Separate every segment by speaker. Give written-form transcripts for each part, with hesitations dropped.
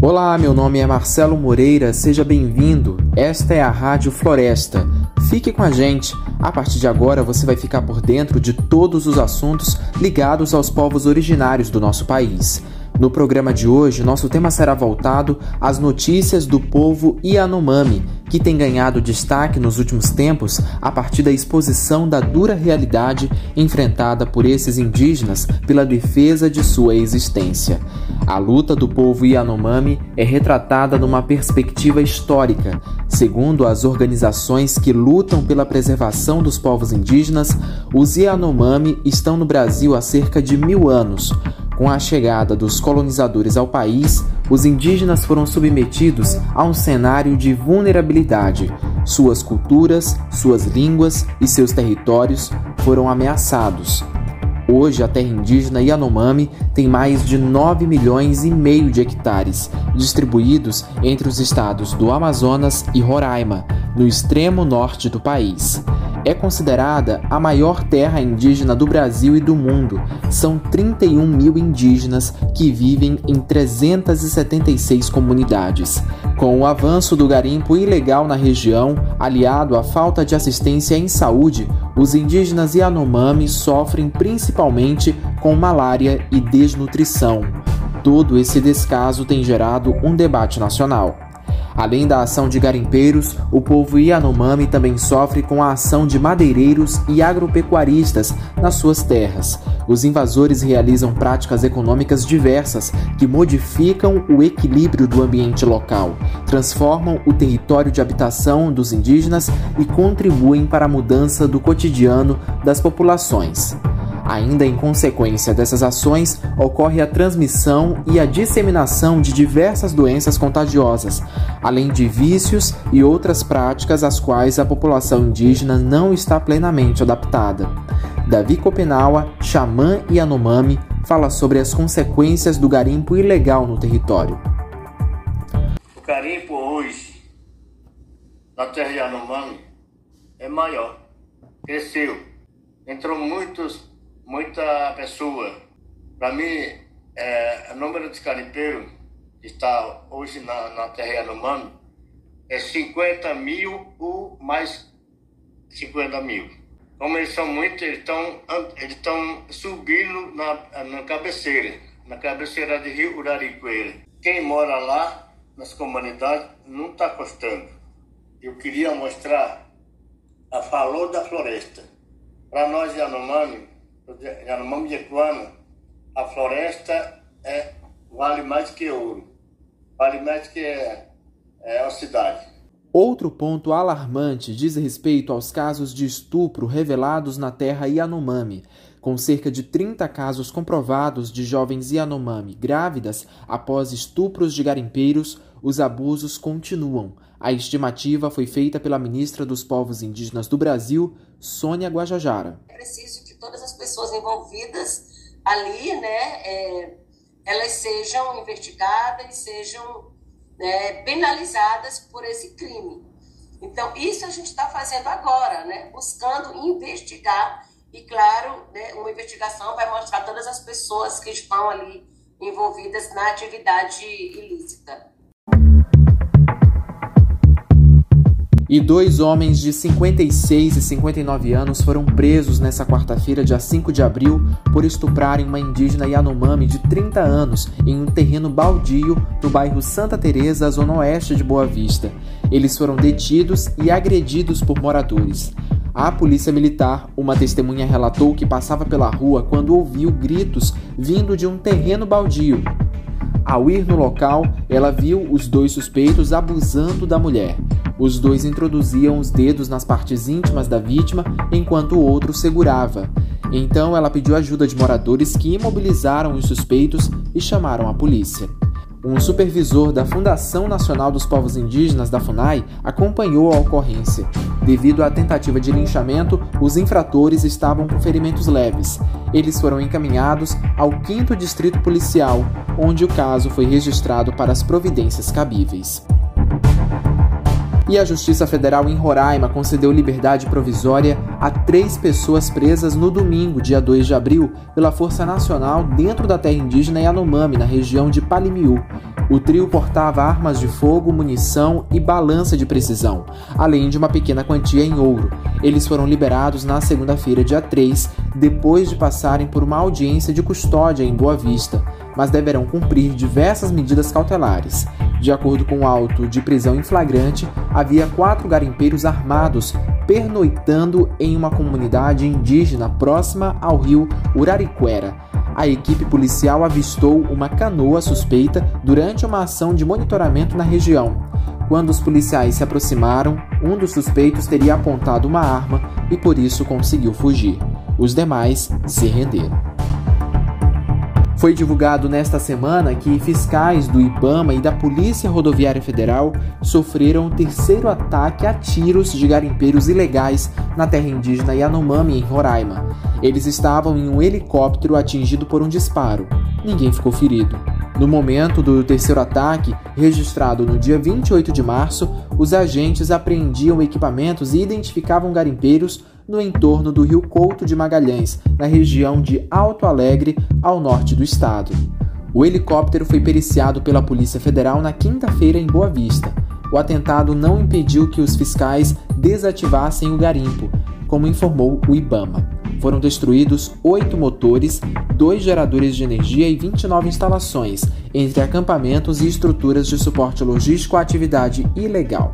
Speaker 1: Olá, meu nome é Marcelo Moreira, seja bem-vindo. Esta é a Rádio Floresta. Fique com a gente. A partir de agora você vai ficar por dentro de todos os assuntos ligados aos povos originários do nosso país. No programa de hoje, nosso tema será voltado às notícias do povo Yanomami, que tem ganhado destaque nos últimos tempos a partir da exposição da dura realidade enfrentada por esses indígenas pela defesa de sua existência. A luta do povo Yanomami é retratada numa perspectiva histórica. Segundo as organizações que lutam pela preservação dos povos indígenas, os Yanomami estão no Brasil há cerca de 1000 anos. Com a chegada dos colonizadores ao país, os indígenas foram submetidos a um cenário de vulnerabilidade. Suas culturas, suas línguas e seus territórios foram ameaçados. Hoje, a terra indígena Yanomami tem mais de 9,5 milhões de hectares, distribuídos entre os estados do Amazonas e Roraima, no extremo norte do país. É considerada a maior terra indígena do Brasil e do mundo. São 31 mil indígenas que vivem em 376 comunidades. Com o avanço do garimpo ilegal na região, aliado à falta de assistência em saúde, os indígenas Yanomami sofrem principalmente com malária e desnutrição. Todo esse descaso tem gerado um debate nacional. Além da ação de garimpeiros, o povo Yanomami também sofre com a ação de madeireiros e agropecuaristas nas suas terras. Os invasores realizam práticas econômicas diversas que modificam o equilíbrio do ambiente local, transformam o território de habitação dos indígenas e contribuem para a mudança do cotidiano das populações. Ainda em consequência dessas ações, ocorre a transmissão e a disseminação de diversas doenças contagiosas, além de vícios e outras práticas às quais a população indígena não está plenamente adaptada. Davi Copenaua, xamã Yanomami, fala sobre as consequências do garimpo ilegal no território.
Speaker 2: O garimpo hoje, na terra Yanomami, é maior, cresceu, entrou muita pessoa. Para mim, o número de garimpeiros que está hoje na terra Yanomami é 50 mil ou mais 50 mil. Como eles são muitos, eles estão subindo na cabeceira de Rio Uraricoeira. Quem mora lá, nas comunidades, não está gostando. Eu queria mostrar a valor da floresta. Para nós Yanomami Yanomami, a floresta vale mais que ouro, vale mais que a cidade.
Speaker 1: Outro ponto alarmante diz respeito aos casos de estupro revelados na terra Yanomami. Com cerca de 30 casos comprovados de jovens Yanomami grávidas após estupros de garimpeiros, os abusos continuam. A estimativa foi feita pela ministra dos Povos Indígenas do Brasil, Sônia Guajajara.
Speaker 3: É preciso que todas as pessoas envolvidas ali, elas sejam investigadas e sejam penalizadas por esse crime. Então, isso a gente está fazendo agora, buscando investigar e, claro, uma investigação vai mostrar todas as pessoas que estão ali envolvidas na atividade ilícita.
Speaker 1: E 2 homens de 56 e 59 anos foram presos nesta quarta-feira, dia 5 de abril, por estuprarem uma indígena Yanomami de 30 anos em um terreno baldio no bairro Santa Teresa, zona oeste de Boa Vista. Eles foram detidos e agredidos por moradores. À polícia militar, uma testemunha relatou que passava pela rua quando ouviu gritos vindo de um terreno baldio. Ao ir no local, ela viu os 2 suspeitos abusando da mulher. Os 2 introduziam os dedos nas partes íntimas da vítima, enquanto o outro segurava. Então ela pediu ajuda de moradores que imobilizaram os suspeitos e chamaram a polícia. Um supervisor da Fundação Nacional dos Povos Indígenas, da FUNAI, acompanhou a ocorrência. Devido à tentativa de linchamento, os infratores estavam com ferimentos leves. Eles foram encaminhados ao 5º Distrito Policial, onde o caso foi registrado para as providências cabíveis. E a Justiça Federal em Roraima concedeu liberdade provisória a 3 pessoas presas no domingo, dia 2 de abril, pela Força Nacional dentro da terra indígena Yanomami, na região de Palimiú. O trio portava armas de fogo, munição e balança de precisão, além de uma pequena quantia em ouro. Eles foram liberados na segunda-feira, dia 3, depois de passarem por uma audiência de custódia em Boa Vista, mas deverão cumprir diversas medidas cautelares. De acordo com o auto de prisão em flagrante, havia 4 garimpeiros armados pernoitando em uma comunidade indígena próxima ao rio Urariquera. A equipe policial avistou uma canoa suspeita durante uma ação de monitoramento na região. Quando os policiais se aproximaram, um dos suspeitos teria apontado uma arma e por isso conseguiu fugir. Os demais se renderam. Foi divulgado nesta semana que fiscais do IBAMA e da Polícia Rodoviária Federal sofreram o 3º ataque a tiros de garimpeiros ilegais na terra indígena Yanomami, em Roraima. Eles estavam em um helicóptero atingido por um disparo. Ninguém ficou ferido. No momento do 3º ataque, registrado no dia 28 de março, os agentes apreendiam equipamentos e identificavam garimpeiros no entorno do Rio Couto de Magalhães, na região de Alto Alegre, ao norte do estado. O helicóptero foi periciado pela Polícia Federal na quinta-feira em Boa Vista. O atentado não impediu que os fiscais desativassem o garimpo, como informou o IBAMA. Foram destruídos 8 motores, 2 geradores de energia e 29 instalações, entre acampamentos e estruturas de suporte logístico à atividade ilegal.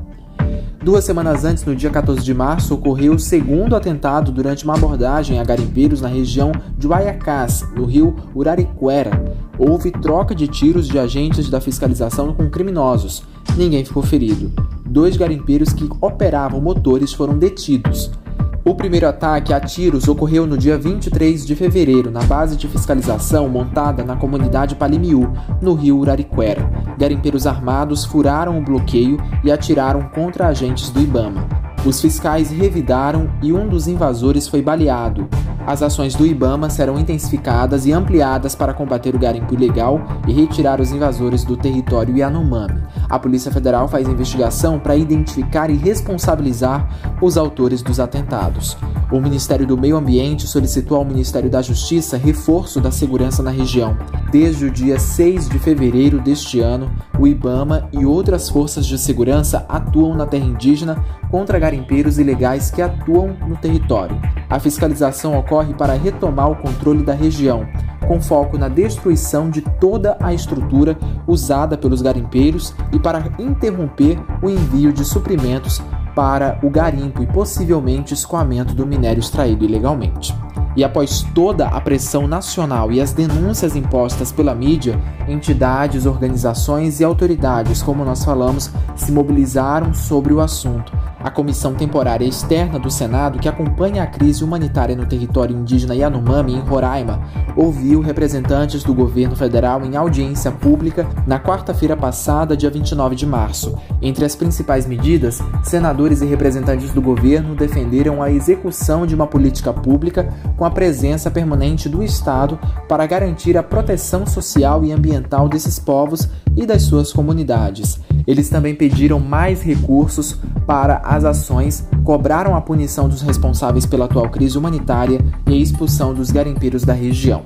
Speaker 1: 2 semanas antes, no dia 14 de março, ocorreu o 2º atentado durante uma abordagem a garimpeiros na região de Guaiacás, no rio Urariquera. Houve troca de tiros de agentes da fiscalização com criminosos. Ninguém ficou ferido. 2 garimpeiros que operavam motores foram detidos. O primeiro ataque a tiros ocorreu no dia 23 de fevereiro, na base de fiscalização montada na comunidade Palimiú, no rio Urariquera. Garimpeiros armados furaram o bloqueio e atiraram contra agentes do IBAMA. Os fiscais revidaram e um dos invasores foi baleado. As ações do IBAMA serão intensificadas e ampliadas para combater o garimpo ilegal e retirar os invasores do território Yanomami. A Polícia Federal faz investigação para identificar e responsabilizar os autores dos atentados. O Ministério do Meio Ambiente solicitou ao Ministério da Justiça reforço da segurança na região. Desde o dia 6 de fevereiro deste ano, o IBAMA e outras forças de segurança atuam na terra indígena contra garimpeiros ilegais que atuam no território. A fiscalização ocorre para retomar o controle da região, com foco na destruição de toda a estrutura usada pelos garimpeiros e para interromper o envio de suprimentos para o garimpo e possivelmente escoamento do minério extraído ilegalmente. E após toda a pressão nacional e as denúncias impostas pela mídia, entidades, organizações e autoridades, como nós falamos, se mobilizaram sobre o assunto. A Comissão Temporária Externa do Senado, que acompanha a crise humanitária no território indígena Yanomami, em Roraima, ouviu representantes do governo federal em audiência pública na quarta-feira passada, dia 29 de março. Entre as principais medidas, senadores e representantes do governo defenderam a execução de uma política pública com a presença permanente do Estado para garantir a proteção social e ambiental desses povos e das suas comunidades. Eles também pediram mais recursos para as ações, cobraram a punição dos responsáveis pela atual crise humanitária e a expulsão dos garimpeiros da região.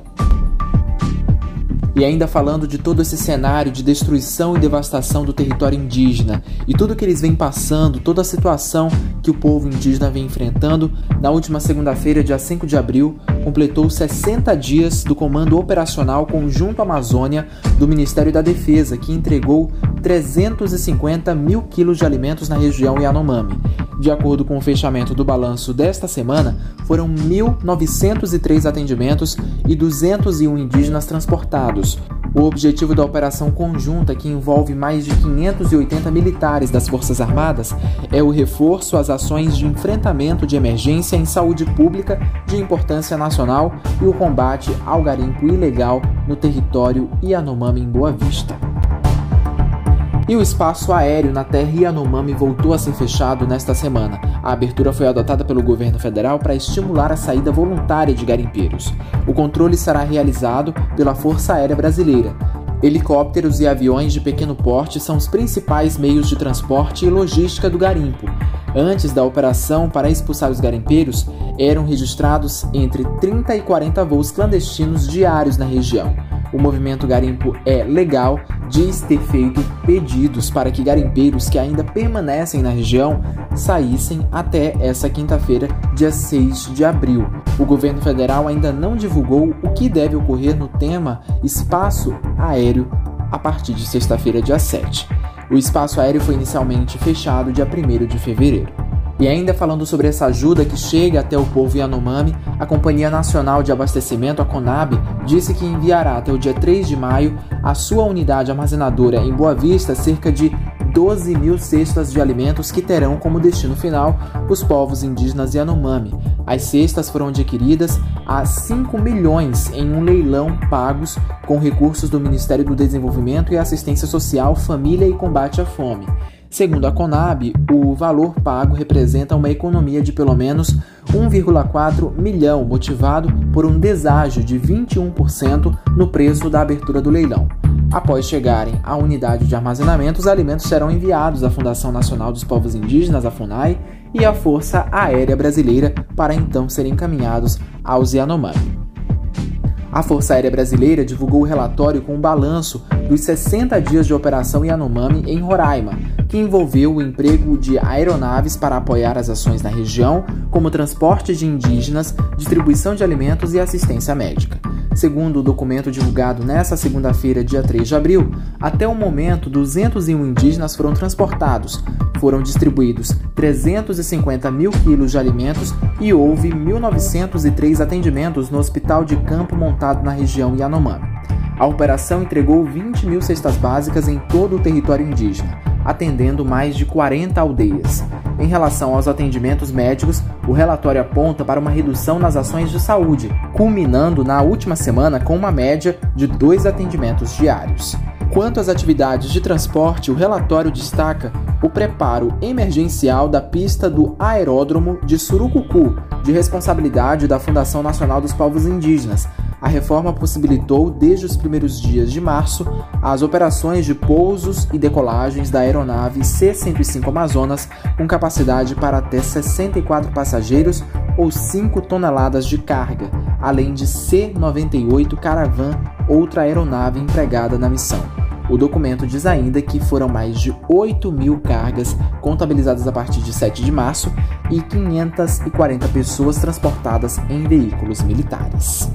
Speaker 1: E ainda falando de todo esse cenário de destruição e devastação do território indígena e tudo que eles vêm passando, toda a situação que o povo indígena vem enfrentando, na última segunda-feira, dia 5 de abril, completou 60 dias do Comando Operacional Conjunto Amazônia do Ministério da Defesa, que entregou 350 mil quilos de alimentos na região Yanomami. De acordo com o fechamento do balanço desta semana, foram 1.903 atendimentos e 201 indígenas transportados. O objetivo da operação conjunta, que envolve mais de 580 militares das Forças Armadas, é o reforço às ações de enfrentamento de emergência em saúde pública de importância nacional e o combate ao garimpo ilegal no território Yanomami, em Boa Vista. E o espaço aéreo na terra Yanomami voltou a ser fechado nesta semana. A abertura foi adotada pelo governo federal para estimular a saída voluntária de garimpeiros. O controle será realizado pela Força Aérea Brasileira. Helicópteros e aviões de pequeno porte são os principais meios de transporte e logística do garimpo. Antes da operação para expulsar os garimpeiros, eram registrados entre 30 e 40 voos clandestinos diários na região. O movimento garimpo é legal diz ter feito pedidos para que garimpeiros que ainda permanecem na região saíssem até essa quinta-feira, dia 6 de abril. O governo federal ainda não divulgou o que deve ocorrer no tema espaço aéreo a partir de sexta-feira, dia 7. O espaço aéreo foi inicialmente fechado dia 1º de fevereiro. E ainda falando sobre essa ajuda que chega até o povo Yanomami, a Companhia Nacional de Abastecimento, a CONAB, disse que enviará até o dia 3 de maio a sua unidade armazenadora em Boa Vista cerca de 12 mil cestas de alimentos que terão como destino final os povos indígenas Yanomami. As cestas foram adquiridas a 5 milhões em um leilão pagos com recursos do Ministério do Desenvolvimento e Assistência Social, Família e Combate à Fome. Segundo a CONAB, o valor pago representa uma economia de pelo menos 1,4 milhão, motivado por um deságio de 21% no preço da abertura do leilão. Após chegarem à unidade de armazenamento, os alimentos serão enviados à Fundação Nacional dos Povos Indígenas, a FUNAI, e à Força Aérea Brasileira para então serem encaminhados aos Yanomami. A Força Aérea Brasileira divulgou o relatório com um balanço dos 60 dias de operação Yanomami em Roraima, que envolveu o emprego de aeronaves para apoiar as ações na região, como transporte de indígenas, distribuição de alimentos e assistência médica. Segundo o documento divulgado nesta segunda-feira, dia 3 de abril, até o momento 201 indígenas foram transportados, foram distribuídos 350 mil quilos de alimentos e houve 1.903 atendimentos no hospital de campo montado na região Yanomami. A operação entregou 20 mil cestas básicas em todo o território indígena, atendendo mais de 40 aldeias. Em relação aos atendimentos médicos, o relatório aponta para uma redução nas ações de saúde, culminando na última semana com uma média de 2 atendimentos diários. Quanto às atividades de transporte, o relatório destaca o preparo emergencial da pista do aeródromo de Surucucu, de responsabilidade da Fundação Nacional dos Povos Indígenas. A reforma possibilitou, desde os primeiros dias de março, as operações de pousos e decolagens da aeronave C-105 Amazonas, com capacidade para até 64 passageiros ou 5 toneladas de carga, além de C-98 Caravan, outra aeronave empregada na missão. O documento diz ainda que foram mais de 8 mil cargas contabilizadas a partir de 7 de março e 540 pessoas transportadas em veículos militares.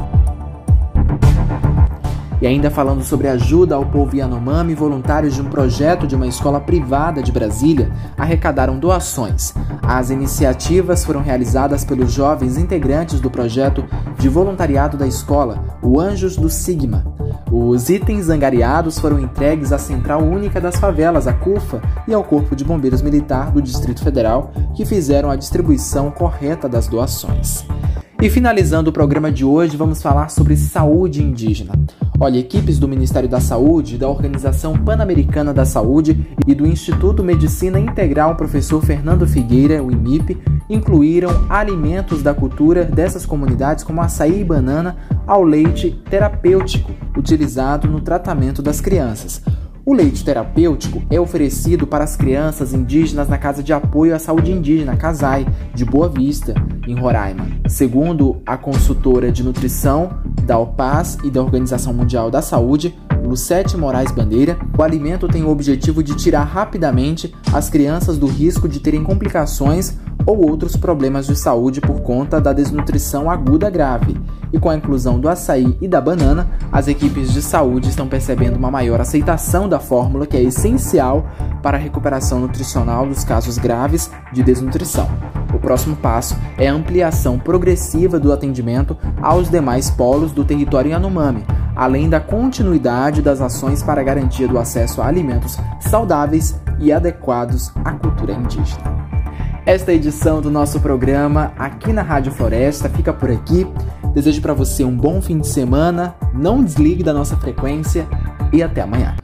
Speaker 1: E ainda falando sobre ajuda ao povo Yanomami, voluntários de um projeto de uma escola privada de Brasília arrecadaram doações. As iniciativas foram realizadas pelos jovens integrantes do projeto de voluntariado da escola, o Anjos do Sigma. Os itens angariados foram entregues à Central Única das Favelas, a CUFA, e ao Corpo de Bombeiros Militar do Distrito Federal, que fizeram a distribuição correta das doações. E finalizando o programa de hoje, vamos falar sobre saúde indígena. Olha, equipes do Ministério da Saúde, da Organização Pan-Americana da Saúde e do Instituto Medicina Integral Professor Fernando Figueira, o IMIP, incluíram alimentos da cultura dessas comunidades como açaí e banana ao leite terapêutico utilizado no tratamento das crianças. O leite terapêutico é oferecido para as crianças indígenas na Casa de Apoio à Saúde Indígena, CASAI, de Boa Vista, em Roraima. Segundo a consultora de nutrição da OPAS e da Organização Mundial da Saúde, Lucete Moraes Bandeira, o alimento tem o objetivo de tirar rapidamente as crianças do risco de terem complicações ou outros problemas de saúde por conta da desnutrição aguda grave. E com a inclusão do açaí e da banana, as equipes de saúde estão percebendo uma maior aceitação da fórmula, que é essencial para a recuperação nutricional dos casos graves de desnutrição. O próximo passo é a ampliação progressiva do atendimento aos demais polos do território Yanomami, além da continuidade das ações para a garantia do acesso a alimentos saudáveis e adequados à cultura indígena. Esta edição do nosso programa aqui na Rádio Floresta fica por aqui. Desejo para você um bom fim de semana, não desligue da nossa frequência e até amanhã.